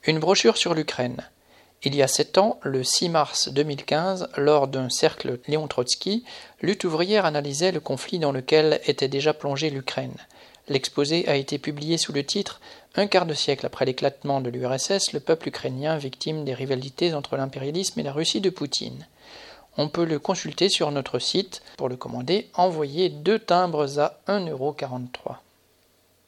Une brochure sur l'Ukraine. Il y a 7 ans, le 6 mars 2015, lors d'un cercle Léon Trotsky, Lutte ouvrière analysait le conflit dans lequel était déjà plongée l'Ukraine. L'exposé a été publié sous le titre « Un quart de siècle après l'éclatement de l'URSS, le peuple ukrainien victime des rivalités entre l'impérialisme et la Russie de Poutine ». On peut le consulter sur notre site. Pour le commander, envoyez 2 timbres à 1,43 €.